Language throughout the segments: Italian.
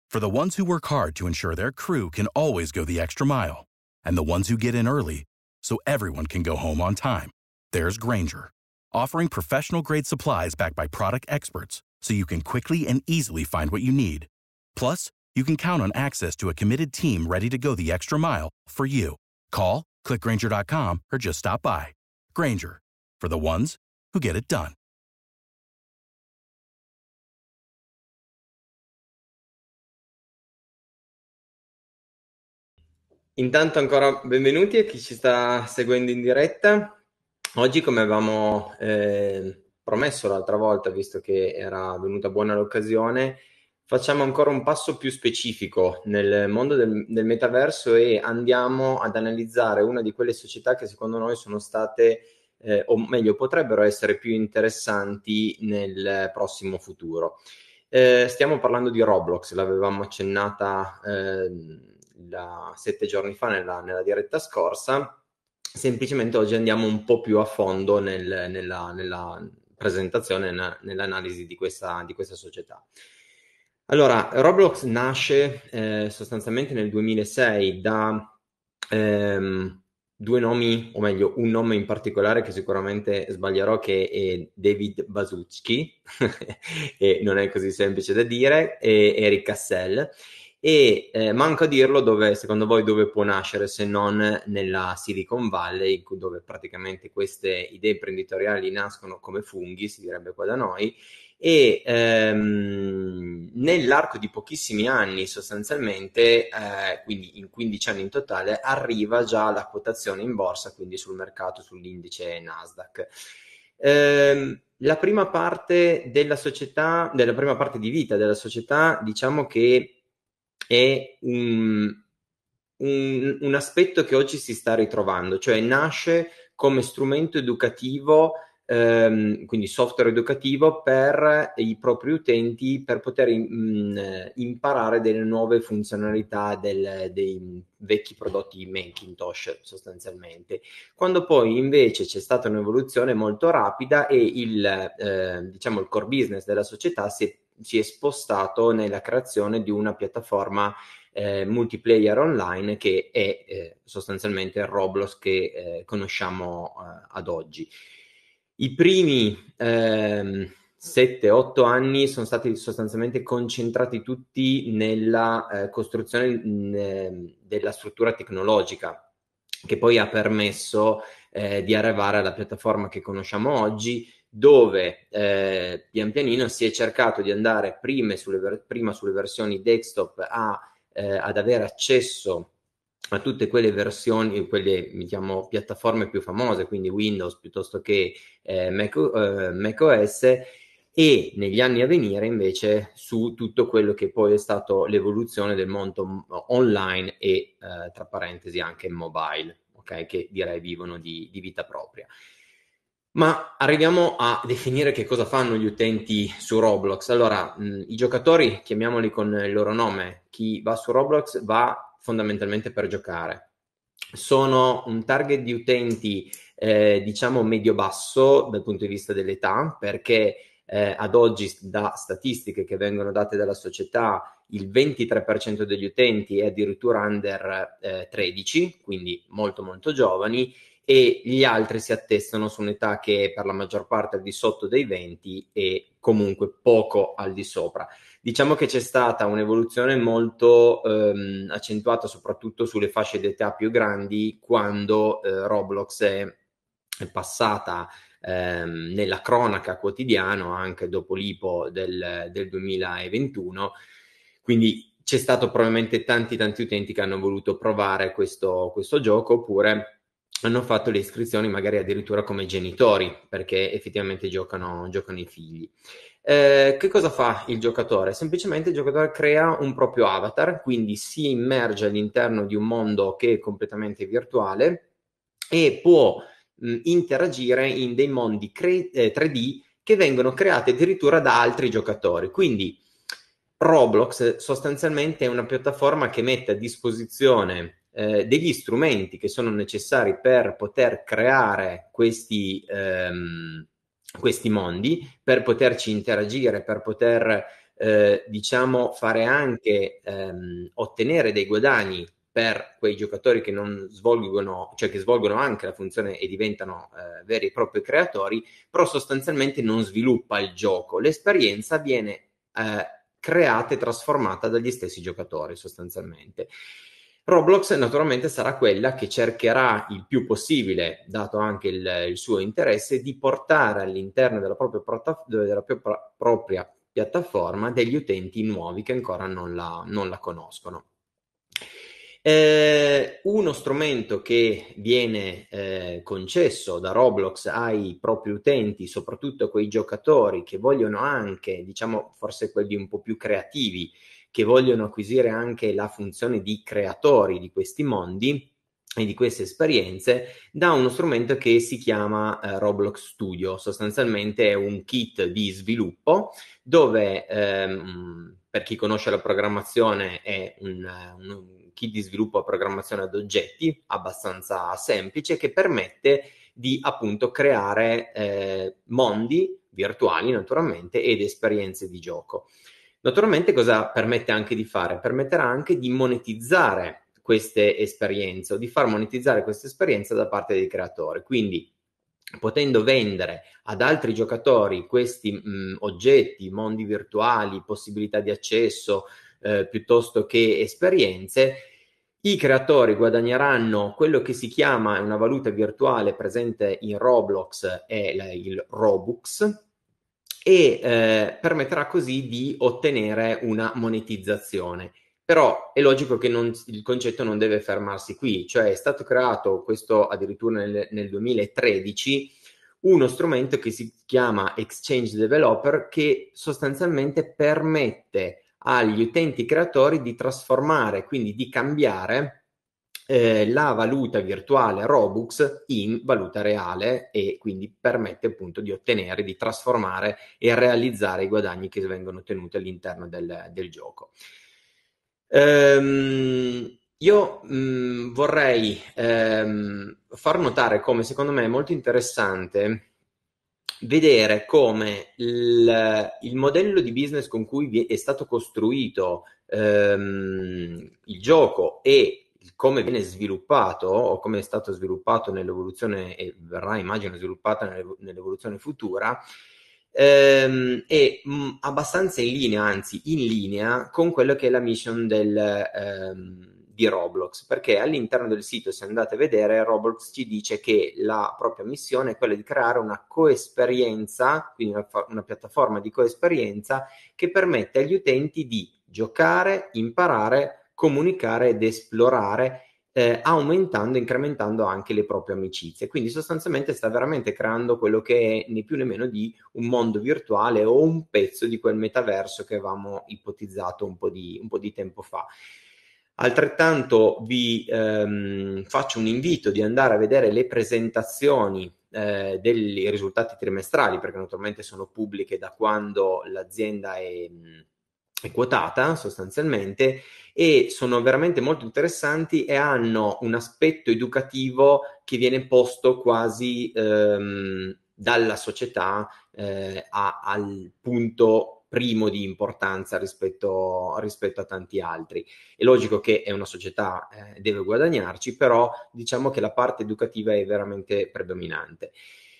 For the ones who work hard to ensure their crew can always go the extra mile, and the ones who get in early so everyone can go home on time, there's Grainger, offering professional-grade supplies backed by product experts so you can quickly and easily find what you need. Plus, you can count on access to a committed team ready to go the extra mile for you. Call, click Grainger.com, or just stop by. Grainger, for the ones who get it done. Intanto ancora benvenuti a chi ci sta seguendo in diretta. Oggi, come avevamo promesso l'altra volta, visto che era venuta buona l'occasione, facciamo ancora un passo più specifico nel mondo del metaverso e andiamo ad analizzare una di quelle società che secondo noi sono state, o meglio, potrebbero essere più interessanti nel prossimo futuro. Stiamo parlando di Roblox, l'avevamo accennata 7 giorni fa nella diretta scorsa. Semplicemente oggi andiamo un po' più a fondo nella presentazione, nell'analisi di questa società. Allora, Roblox nasce sostanzialmente nel 2006 da due nomi, o meglio un nome in particolare che sicuramente sbaglierò, che è David Baszucki e non è così semplice da dire, e Eric Cassel. E manco a dirlo, secondo voi dove può nascere se non nella Silicon Valley, dove praticamente queste idee imprenditoriali nascono come funghi, si direbbe qua da noi, e nell'arco di pochissimi anni sostanzialmente, quindi in 15 anni in totale, arriva già la quotazione in borsa, quindi sul mercato, sull'indice Nasdaq. La prima parte della società, della prima parte di vita della società, diciamo che è un aspetto che oggi si sta ritrovando, cioè nasce come strumento educativo, quindi software educativo per i propri utenti, per poter imparare delle nuove funzionalità dei vecchi prodotti Macintosh sostanzialmente. Quando poi invece c'è stata un'evoluzione molto rapida e il core business della società si è spostato nella creazione di una piattaforma multiplayer online che è sostanzialmente il Roblox che conosciamo ad oggi. I primi 7-8 anni sono stati sostanzialmente concentrati tutti nella costruzione della struttura tecnologica, che poi ha permesso di arrivare alla piattaforma che conosciamo oggi, dove pian pianino si è cercato di andare prima sulle versioni desktop ad avere accesso a tutte quelle versioni, quelle diciamo piattaforme più famose, quindi Windows piuttosto che macOS, e negli anni a venire invece su tutto quello che poi è stato l'evoluzione del mondo online e tra parentesi anche mobile, ok, che direi vivono di vita propria. Ma arriviamo a definire che cosa fanno gli utenti su Roblox. Allora, i giocatori, chiamiamoli con il loro nome, chi va su Roblox va fondamentalmente per giocare. Sono un target di utenti, diciamo medio-basso dal punto di vista dell'età, perché ad oggi, da statistiche che vengono date dalla società, il 23% degli utenti è addirittura under 13, quindi molto molto giovani, e gli altri si attestano su un'età che è per la maggior parte al di sotto dei 20 e comunque poco al di sopra. Diciamo che c'è stata un'evoluzione molto accentuata soprattutto sulle fasce d'età più grandi, quando Roblox è passata nella cronaca quotidiana anche dopo l'IPO del 2021, quindi c'è stato probabilmente tanti utenti che hanno voluto provare questo gioco, oppure hanno fatto le iscrizioni magari addirittura come genitori, perché effettivamente giocano i figli. Che cosa fa il giocatore? Semplicemente il giocatore crea un proprio avatar, quindi si immerge all'interno di un mondo che è completamente virtuale e può interagire in dei mondi 3D che vengono creati addirittura da altri giocatori. Quindi Roblox sostanzialmente è una piattaforma che mette a disposizione degli strumenti che sono necessari per poter creare questi mondi, per poterci interagire, per poter diciamo fare anche ottenere dei guadagni per quei giocatori che non svolgono, cioè che svolgono anche la funzione e diventano veri e propri creatori, però sostanzialmente non sviluppa il gioco. L'esperienza viene creata e trasformata dagli stessi giocatori sostanzialmente. Roblox naturalmente sarà quella che cercherà il più possibile, dato anche il suo interesse, di portare all'interno della propria piattaforma degli utenti nuovi che ancora non la conoscono. Uno strumento che viene concesso da Roblox ai propri utenti, soprattutto a quei giocatori che vogliono anche, diciamo, forse quelli un po' più creativi, che vogliono acquisire anche la funzione di creatori di questi mondi e di queste esperienze, da uno strumento che si chiama Roblox Studio. Sostanzialmente è un kit di sviluppo dove, per chi conosce la programmazione, è un kit di sviluppo a programmazione ad oggetti abbastanza semplice, che permette di appunto creare mondi virtuali naturalmente ed esperienze di gioco. Naturalmente cosa permette anche di fare? Permetterà anche di monetizzare queste esperienze o di far monetizzare queste esperienze da parte dei creatori. Quindi potendo vendere ad altri giocatori questi oggetti, mondi virtuali, possibilità di accesso, piuttosto che esperienze, i creatori guadagneranno quello che si chiama una valuta virtuale presente in Roblox, è il Robux, e permetterà così di ottenere una monetizzazione. Però è logico che il concetto non deve fermarsi qui, cioè è stato creato questo addirittura nel 2013 uno strumento che si chiama Exchange Developer, che sostanzialmente permette agli utenti creatori di trasformare, quindi di cambiare la valuta virtuale Robux in valuta reale, e quindi permette appunto di ottenere, di trasformare e realizzare i guadagni che vengono ottenuti all'interno del gioco. Io vorrei far notare come secondo me è molto interessante vedere come il modello di business con cui è stato costruito il gioco e come viene sviluppato o come è stato sviluppato nell'evoluzione e verrà, immagino, sviluppato nell'evoluzione futura, è abbastanza in linea, anzi in linea con quello che è la mission di Roblox, perché all'interno del sito, se andate a vedere, Roblox ci dice che la propria missione è quella di creare una coesperienza, quindi una piattaforma di coesperienza che permette agli utenti di giocare, imparare, comunicare ed esplorare, aumentando, incrementando anche le proprie amicizie. Quindi sostanzialmente sta veramente creando quello che è né più né meno di un mondo virtuale o un pezzo di quel metaverso che avevamo ipotizzato un po' di tempo fa. Altrettanto vi faccio un invito di andare a vedere le presentazioni dei risultati trimestrali, perché naturalmente sono pubbliche da quando l'azienda è quotata sostanzialmente, e sono veramente molto interessanti e hanno un aspetto educativo che viene posto quasi dalla società al punto primo di importanza rispetto a tanti altri. È logico che è una società, deve guadagnarci, però diciamo che la parte educativa è veramente predominante.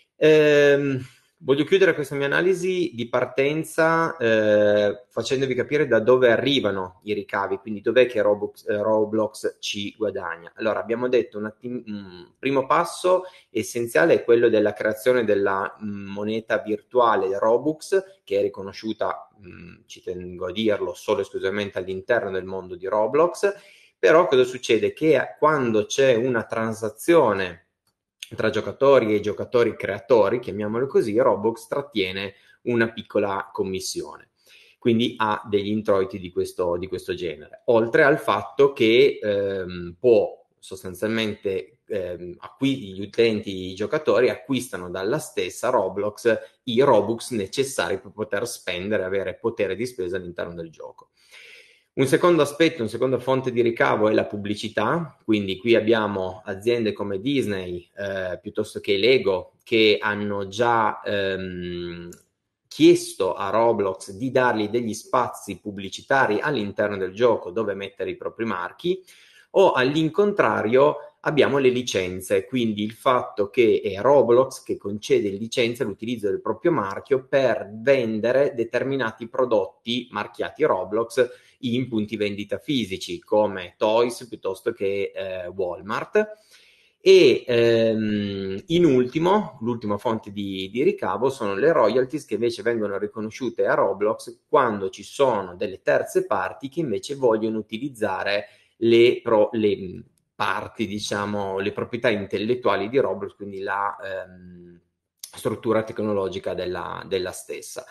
Voglio chiudere questa mia analisi di partenza facendovi capire da dove arrivano i ricavi, quindi dov'è che Roblox ci guadagna. Allora, abbiamo detto un primo passo essenziale è quello della creazione della moneta virtuale Robux, che è riconosciuta, ci tengo a dirlo, solo esclusivamente all'interno del mondo di Roblox. Però cosa succede? Che quando c'è una transazione tra giocatori e giocatori creatori, chiamiamolo così, Roblox trattiene una piccola commissione, quindi ha degli introiti di questo genere, oltre al fatto che può sostanzialmente gli utenti, i giocatori acquistano dalla stessa Roblox i Robux necessari per poter spendere, avere potere di spesa all'interno del gioco. Un secondo aspetto, una seconda fonte di ricavo è la pubblicità, quindi qui abbiamo aziende come Disney piuttosto che Lego che hanno già chiesto a Roblox di dargli degli spazi pubblicitari all'interno del gioco dove mettere i propri marchi, o all'incontrario abbiamo le licenze, quindi il fatto che è Roblox che concede in licenza l'utilizzo del proprio marchio per vendere determinati prodotti marchiati Roblox in punti vendita fisici come Toys piuttosto che Walmart. E in ultimo, l'ultima fonte di ricavo sono le royalties che invece vengono riconosciute a Roblox quando ci sono delle terze parti che invece vogliono utilizzare le parti, diciamo, le proprietà intellettuali di Roblox, quindi la struttura tecnologica della stessa.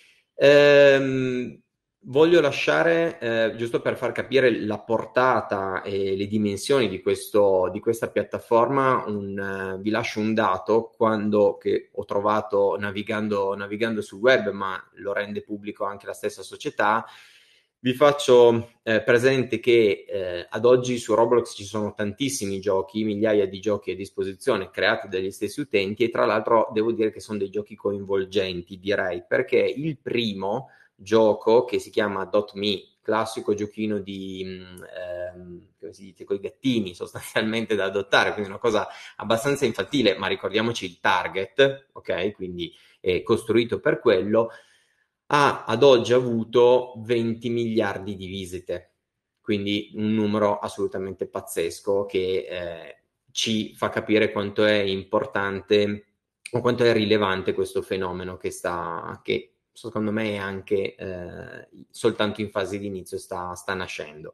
Voglio lasciare, giusto per far capire la portata e le dimensioni di questa piattaforma, vi lascio un dato che ho trovato navigando sul web, ma lo rende pubblico anche la stessa società. Vi faccio presente che ad oggi su Roblox ci sono tantissimi giochi, migliaia di giochi a disposizione creati dagli stessi utenti, e tra l'altro devo dire che sono dei giochi coinvolgenti, direi, perché il primo gioco che si chiama .me, classico giochino come si dice, con i gattini sostanzialmente da adottare, quindi una cosa abbastanza infantile, ma ricordiamoci il target, ok? Quindi è costruito per quello. Ha ad oggi avuto 20 miliardi di visite, quindi un numero assolutamente pazzesco che ci fa capire quanto è importante o quanto è rilevante questo fenomeno che secondo me è anche soltanto in fase di inizio sta nascendo.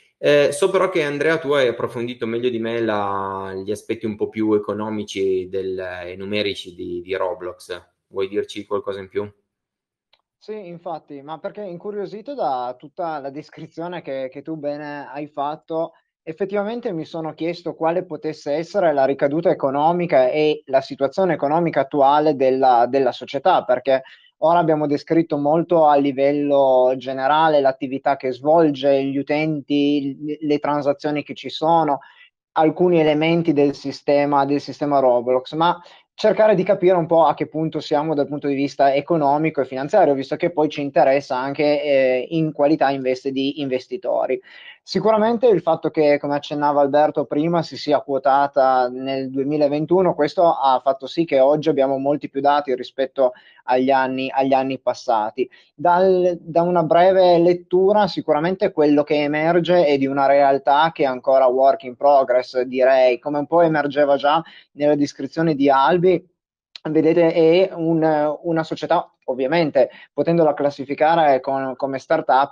So però che Andrea, tu hai approfondito meglio di me gli aspetti un po' più economici e numerici di Roblox. Vuoi dirci qualcosa in più? Sì, infatti, ma perché incuriosito da tutta la descrizione che tu bene hai fatto, effettivamente mi sono chiesto quale potesse essere la ricaduta economica e la situazione economica attuale della società, perché ora abbiamo descritto molto a livello generale l'attività che svolge, gli utenti, le transazioni che ci sono, alcuni elementi del sistema Roblox, ma cercare di capire un po' a che punto siamo dal punto di vista economico e finanziario, visto che poi ci interessa anche in qualità invece di investitori. Sicuramente il fatto che, come accennava Alberto prima, si sia quotata nel 2021, questo ha fatto sì che oggi abbiamo molti più dati rispetto agli anni passati. Da una breve lettura, sicuramente quello che emerge è di una realtà che è ancora work in progress, direi, come un po' emergeva già nella descrizione di Albi. Vedete, è una società, ovviamente, potendola classificare come startup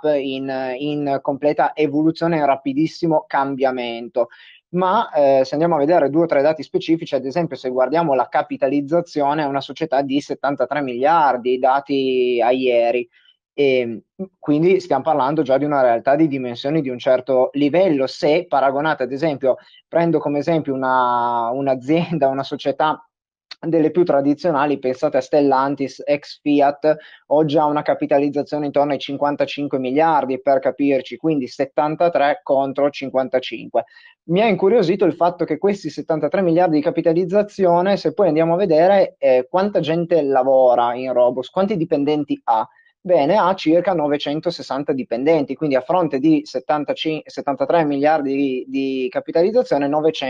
in completa evoluzione e rapidissimo cambiamento. Ma se andiamo a vedere due o tre dati specifici, ad esempio, se guardiamo la capitalizzazione, è una società di 73 miliardi, dati a ieri. E quindi stiamo parlando già di una realtà di dimensioni di un certo livello. Se paragonate, ad esempio, prendo come esempio un'azienda, una società delle più tradizionali, pensate a Stellantis, ex Fiat, oggi ha una capitalizzazione intorno ai 55 miliardi per capirci, quindi 73 contro 55. Mi ha incuriosito il fatto che questi 73 miliardi di capitalizzazione, se poi andiamo a vedere quanta gente lavora in Robux, quanti dipendenti ha, bene, ha circa 960 dipendenti, quindi a fronte di 73 miliardi di capitalizzazione,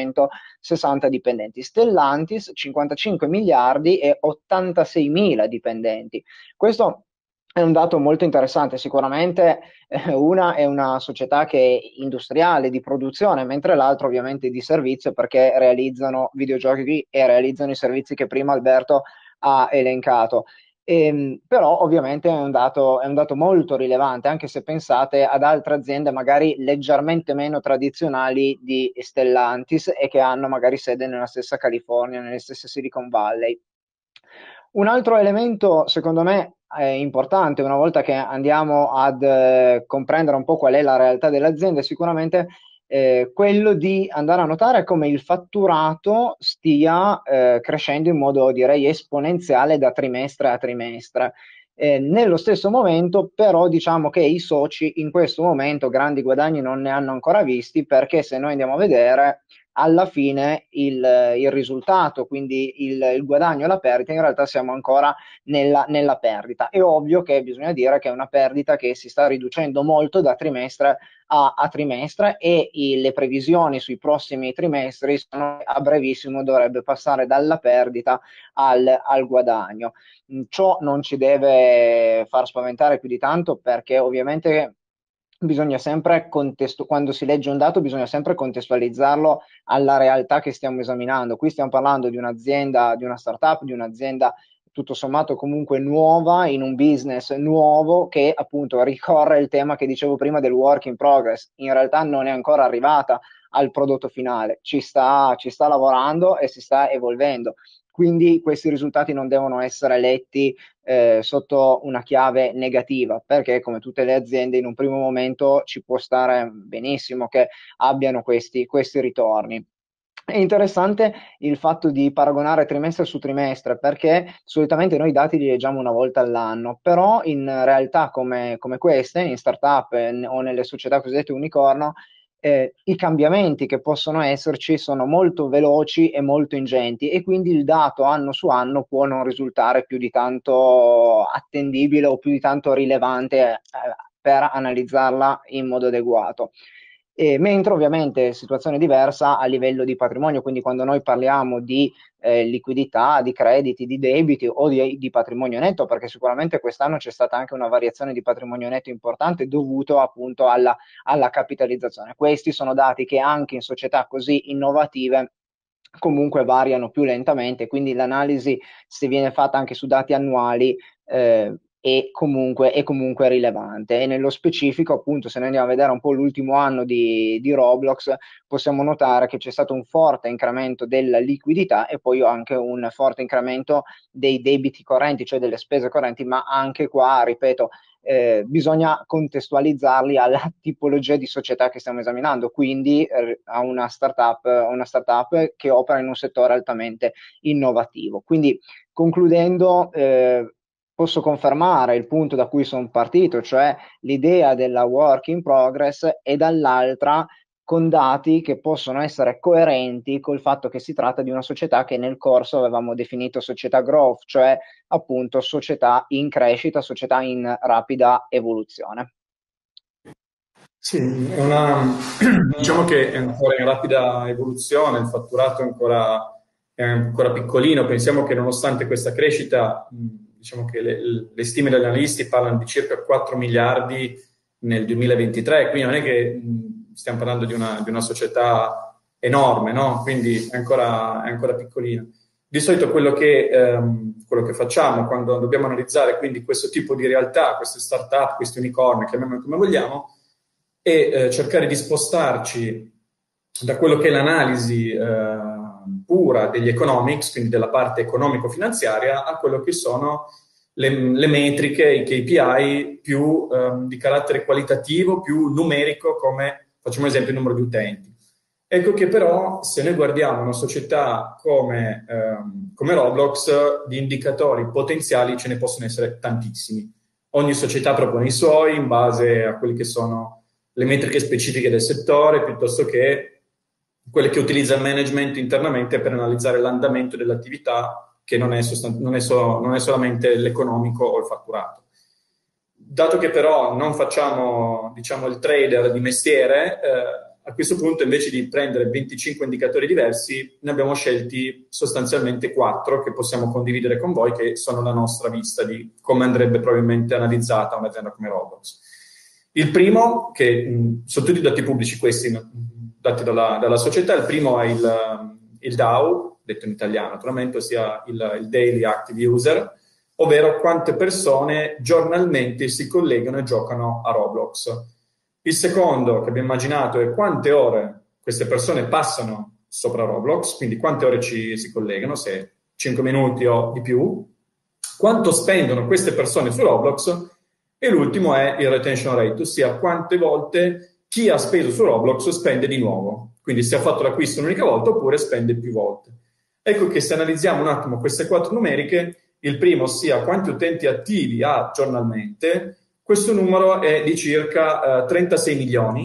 960 dipendenti. Stellantis, 55 miliardi e 86 mila dipendenti. Questo è un dato molto interessante, sicuramente una è una società che è industriale, di produzione, mentre l'altra ovviamente di servizio perché realizzano videogiochi e realizzano i servizi che prima Alberto ha elencato. Però ovviamente è un dato molto rilevante, anche se pensate ad altre aziende magari leggermente meno tradizionali di Stellantis e che hanno magari sede nella stessa California, nelle stesse Silicon Valley. Un altro elemento, secondo me, importante, una volta che andiamo ad comprendere un po' qual è la realtà dell'azienda, è sicuramente quello di andare a notare come il fatturato stia crescendo in modo, direi, esponenziale da trimestre a trimestre. Nello stesso momento, però, diciamo che i soci in questo momento grandi guadagni non ne hanno ancora visti, perché se noi andiamo a vedere alla fine il risultato, quindi il guadagno e la perdita, in realtà siamo ancora nella perdita. È ovvio che bisogna dire che è una perdita che si sta riducendo molto da trimestre a trimestre, e le previsioni sui prossimi trimestri sono a brevissimo dovrebbe passare dalla perdita al guadagno. Ciò non ci deve far spaventare più di tanto, perché ovviamente bisogna sempre quando si legge un dato bisogna sempre contestualizzarlo alla realtà che stiamo esaminando. Qui stiamo parlando di un'azienda, di una startup, di un'azienda tutto sommato comunque nuova, in un business nuovo, che appunto ricorre il tema che dicevo prima del work in progress. In realtà non è ancora arrivata al prodotto finale, ci sta lavorando e si sta evolvendo. Quindi questi risultati non devono essere letti sotto una chiave negativa, perché come tutte le aziende in un primo momento ci può stare benissimo che abbiano questi ritorni. È interessante il fatto di paragonare trimestre su trimestre, perché solitamente noi i dati li leggiamo una volta all'anno, però in realtà come queste, in startup o nelle società cosiddette unicorno, i cambiamenti che possono esserci sono molto veloci e molto ingenti, e quindi il dato anno su anno può non risultare più di tanto attendibile o più di tanto rilevante per analizzarla in modo adeguato. Mentre ovviamente situazione diversa a livello di patrimonio, quindi quando noi parliamo di liquidità, di crediti, di debiti o di patrimonio netto, perché sicuramente quest'anno c'è stata anche una variazione di patrimonio netto importante dovuto appunto alla capitalizzazione. Questi sono dati che anche in società così innovative comunque variano più lentamente, quindi l'analisi, se viene fatta anche su dati annuali, è comunque rilevante. E nello specifico, appunto, se noi andiamo a vedere un po' l'ultimo anno di Roblox, possiamo notare che c'è stato un forte incremento della liquidità e poi anche un forte incremento dei debiti correnti, cioè delle spese correnti, ma anche qua, ripeto, bisogna contestualizzarli alla tipologia di società che stiamo esaminando, quindi a una startup che opera in un settore altamente innovativo. Quindi, concludendo, posso confermare il punto da cui sono partito, cioè l'idea della work in progress, e dall'altra con dati che possono essere coerenti col fatto che si tratta di una società che nel corso avevamo definito società growth, cioè appunto società in crescita, società in rapida evoluzione. Sì, diciamo che è ancora in rapida evoluzione, il fatturato è ancora piccolino. Pensiamo che nonostante questa crescita, diciamo che le stime degli analisti parlano di circa 4 miliardi nel 2023, quindi non è che stiamo parlando di una società enorme, no? Quindi è ancora piccolina. Di solito quello che facciamo quando dobbiamo analizzare quindi questo tipo di realtà, queste start-up, questi unicorni, chiamiamoli come vogliamo, e cercare di spostarci da quello che è l'analisi pura degli economics, quindi della parte economico-finanziaria, a quello che sono le metriche, i KPI più di carattere qualitativo, più numerico, come facciamo esempio il numero di utenti. Ecco che però se noi guardiamo una società come Roblox, di indicatori potenziali ce ne possono essere tantissimi. Ogni società propone i suoi in base a quelli che sono le metriche specifiche del settore, piuttosto che quelle che utilizza il management internamente per analizzare l'andamento dell'attività, che non è solamente l'economico o il fatturato. Dato che però non facciamo, diciamo, il trader di mestiere, a questo punto invece di prendere 25 indicatori diversi, ne abbiamo scelti sostanzialmente 4 che possiamo condividere con voi, che sono la nostra vista di come andrebbe probabilmente analizzata un'azienda come Roblox. Il primo, che sono tutti dati pubblici questi, dati dalla società, il primo è il DAU, detto in italiano naturalmente, ossia il Daily Active User, ovvero quante persone giornalmente si collegano e giocano a Roblox. Il secondo che abbiamo immaginato è quante ore queste persone passano sopra Roblox, quindi quante ore si collegano, se 5 minuti o di più, quanto spendono queste persone su Roblox, e l'ultimo è il retention rate, ossia quante volte chi ha speso su Roblox spende di nuovo, quindi se ha fatto l'acquisto un'unica volta oppure spende più volte. Ecco che se analizziamo un attimo queste 4 numeriche, il primo, ossia quanti utenti attivi ha giornalmente, questo numero è di circa 36 milioni,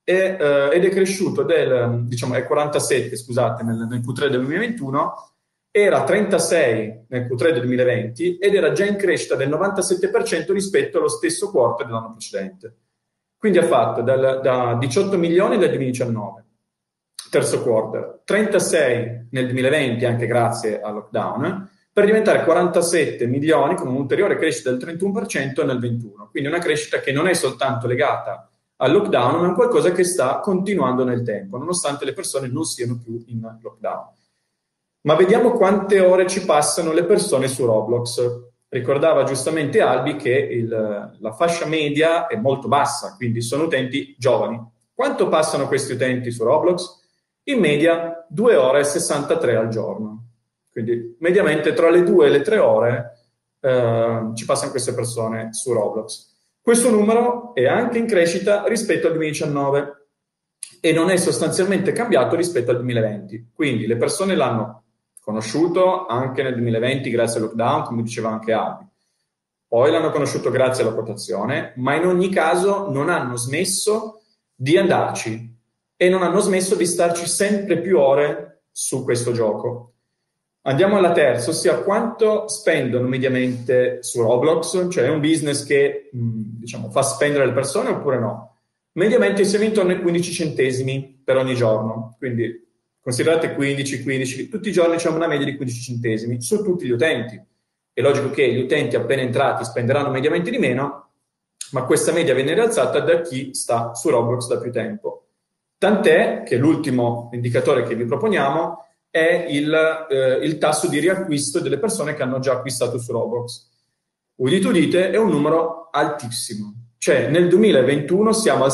ed è cresciuto è 47, scusate, nel Q3 del 2021, era 36 nel Q3 del 2020 ed era già in crescita del 97% rispetto allo stesso quarter dell'anno precedente. Quindi ha fatto da 18 milioni nel 2019, terzo quarter, 36 nel 2020 anche grazie al lockdown, per diventare 47 milioni con un'ulteriore crescita del 31% nel 2021. Quindi una crescita che non è soltanto legata al lockdown, ma è qualcosa che sta continuando nel tempo, nonostante le persone non siano più in lockdown. Ma vediamo quante ore ci passano le persone su Roblox. Ricordava giustamente Albi che la fascia media è molto bassa, quindi sono utenti giovani. Quanto passano questi utenti su Roblox? In media 2 ore e 63 al giorno. Quindi mediamente tra le 2 e le 3 ore ci passano queste persone su Roblox. Questo numero è anche in crescita rispetto al 2019 e non è sostanzialmente cambiato rispetto al 2020. Quindi le persone l'hanno conosciuto anche nel 2020 grazie al lockdown, come diceva anche Albi. Poi l'hanno conosciuto grazie alla quotazione, ma in ogni caso non hanno smesso di andarci e non hanno smesso di starci sempre più ore su questo gioco. Andiamo alla terza, ossia quanto spendono mediamente su Roblox, cioè è un business che fa spendere le persone oppure no? Mediamente siamo intorno ai 15 centesimi per ogni giorno, quindi considerate 15, tutti i giorni c'è una media di 15 centesimi su tutti gli utenti. È logico che gli utenti appena entrati spenderanno mediamente di meno, ma questa media viene rialzata da chi sta su Roblox da più tempo. Tant'è che l'ultimo indicatore che vi proponiamo è il tasso di riacquisto delle persone che hanno già acquistato su Roblox. Udite udite, è un numero altissimo. Cioè nel 2021 siamo al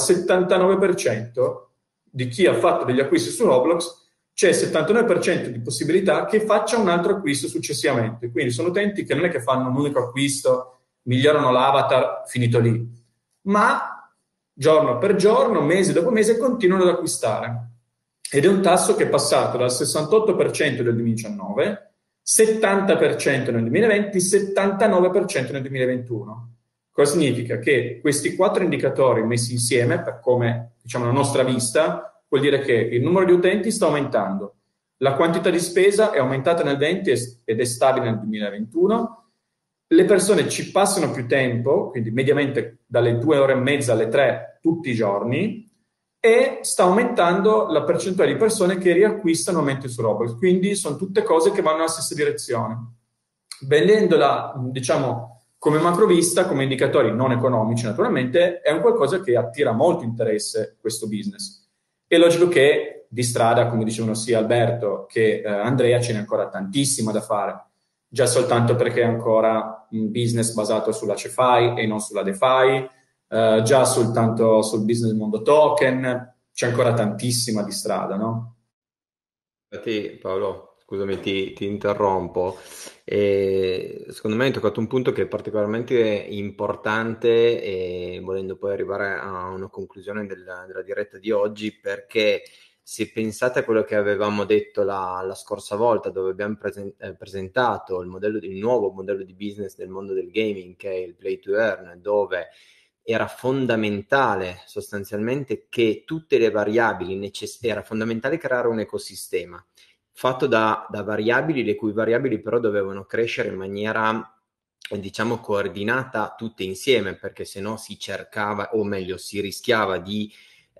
79% di chi ha fatto degli acquisti su Roblox, c'è il 79% di possibilità che faccia un altro acquisto successivamente. Quindi sono utenti che non è che fanno un unico acquisto, migliorano l'avatar, finito lì, ma giorno per giorno, mese dopo mese continuano ad acquistare. Ed è un tasso che è passato dal 68% del 2019, 70% nel 2020, 79% nel 2021. Cosa significa? Che questi 4 indicatori messi insieme, per come la nostra vista, vuol dire che il numero di utenti sta aumentando, la quantità di spesa è aumentata nel 20 ed è stabile nel 2021, le persone ci passano più tempo, quindi mediamente dalle 2 ore e mezza alle 3 tutti i giorni, e sta aumentando la percentuale di persone che riacquistano aumenti su Roblox. Quindi sono tutte cose che vanno nella stessa direzione. Vendendola, come macrovista, come indicatori non economici naturalmente, è un qualcosa che attira molto interesse questo business. È logico che di strada, come dicevano sia Alberto che Andrea, ce n'è ancora tantissimo da fare, già soltanto perché è ancora un business basato sulla CeFi e non sulla DeFi, già soltanto sul business del mondo token, c'è ancora tantissima di strada, no? Infatti, Paolo, scusami, ti interrompo. Secondo me hai toccato un punto che è particolarmente importante e volendo poi arrivare a una conclusione della diretta di oggi, perché se pensate a quello che avevamo detto la scorsa volta, dove abbiamo presentato il nuovo modello di business del mondo del gaming, che è il Play to Earn, dove era fondamentale sostanzialmente che tutte le variabili era fondamentale creare un ecosistema fatto da variabili, le cui variabili però dovevano crescere in maniera coordinata tutte insieme, perché se no si cercava, o meglio si rischiava di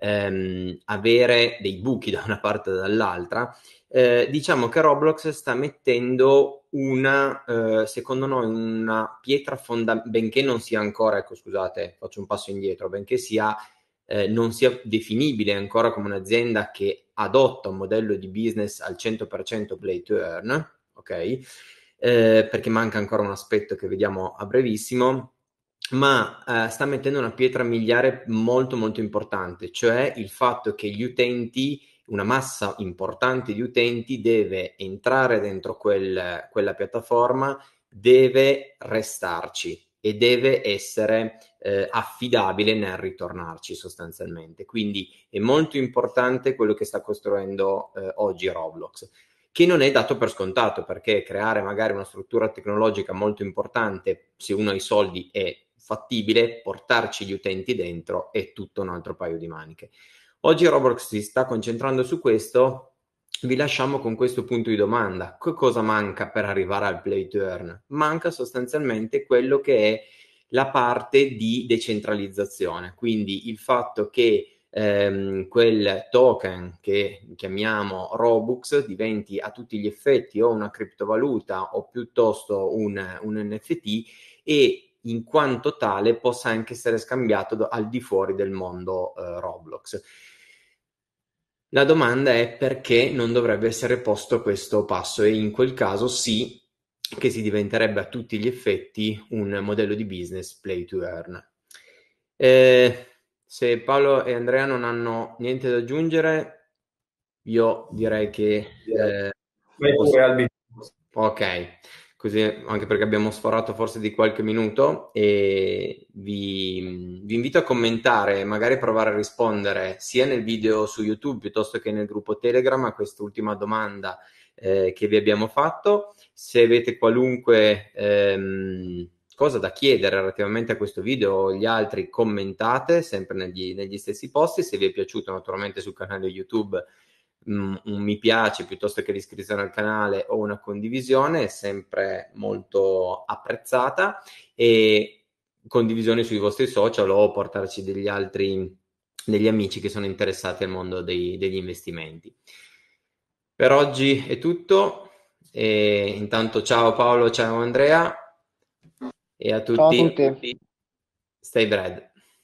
avere dei buchi da una parte o dall'altra. Diciamo che Roblox sta mettendo secondo noi una pietra fondamentale, benché non sia ancora, ecco scusate, faccio un passo indietro, benché non sia definibile ancora come un'azienda che adotta un modello di business al 100% play to earn, ok? Perché manca ancora un aspetto che vediamo a brevissimo, ma sta mettendo una pietra miliare molto molto importante, cioè il fatto che gli utenti, una massa importante di utenti deve entrare dentro quella piattaforma, deve restarci e deve essere affidabile nel ritornarci sostanzialmente. Quindi è molto importante quello che sta costruendo oggi Roblox, che non è dato per scontato, perché creare magari una struttura tecnologica molto importante, se uno ha i soldi, è fattibile, portarci gli utenti dentro è tutto un altro paio di maniche. Oggi Roblox si sta concentrando su questo. Vi lasciamo con questo punto di domanda: che cosa manca per arrivare al play to earn? Manca sostanzialmente quello che è la parte di decentralizzazione, quindi il fatto che quel token che chiamiamo Robux diventi a tutti gli effetti o una criptovaluta o piuttosto un NFT, e in quanto tale possa anche essere scambiato al di fuori del mondo Roblox. La domanda è perché non dovrebbe essere posto questo passo, e in quel caso sì che si diventerebbe a tutti gli effetti un modello di business play to earn. Se Paolo e Andrea non hanno niente da aggiungere, io direi che Vai pure, Albi. ok, così, anche perché abbiamo sforato forse di qualche minuto, e vi invito a commentare, magari provare a rispondere sia nel video su YouTube piuttosto che nel gruppo Telegram a quest'ultima domanda che vi abbiamo fatto. Se avete qualunque cosa da chiedere relativamente a questo video o gli altri, commentate sempre negli stessi posti. Se vi è piaciuto, naturalmente sul canale YouTube un mi piace piuttosto che l'iscrizione al canale o una condivisione è sempre molto apprezzata, e condivisioni sui vostri social o portarci degli amici che sono interessati al mondo degli investimenti. Per oggi è tutto, e intanto ciao Paolo, ciao Andrea, e a tutti, Ciao a tutti. stay bread.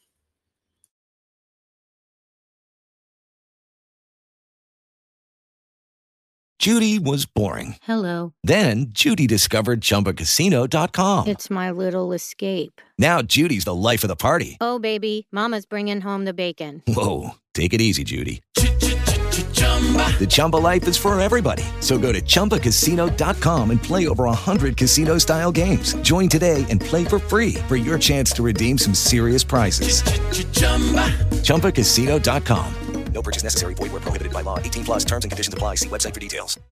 Judy was boring. Hello. Then Judy discovered ChumbaCasino.com. It's my little escape. Now Judy's the life of the party. Oh, baby, mama's bringing home the bacon. Whoa, take it easy, Judy. The Chumba life is for everybody. So go to ChumbaCasino.com and play over 100 casino-style games. Join today and play for free for your chance to redeem some serious prizes. ChumbaCasino.com. No purchase necessary. Void where prohibited by law. 18+ terms and conditions apply. See website for details.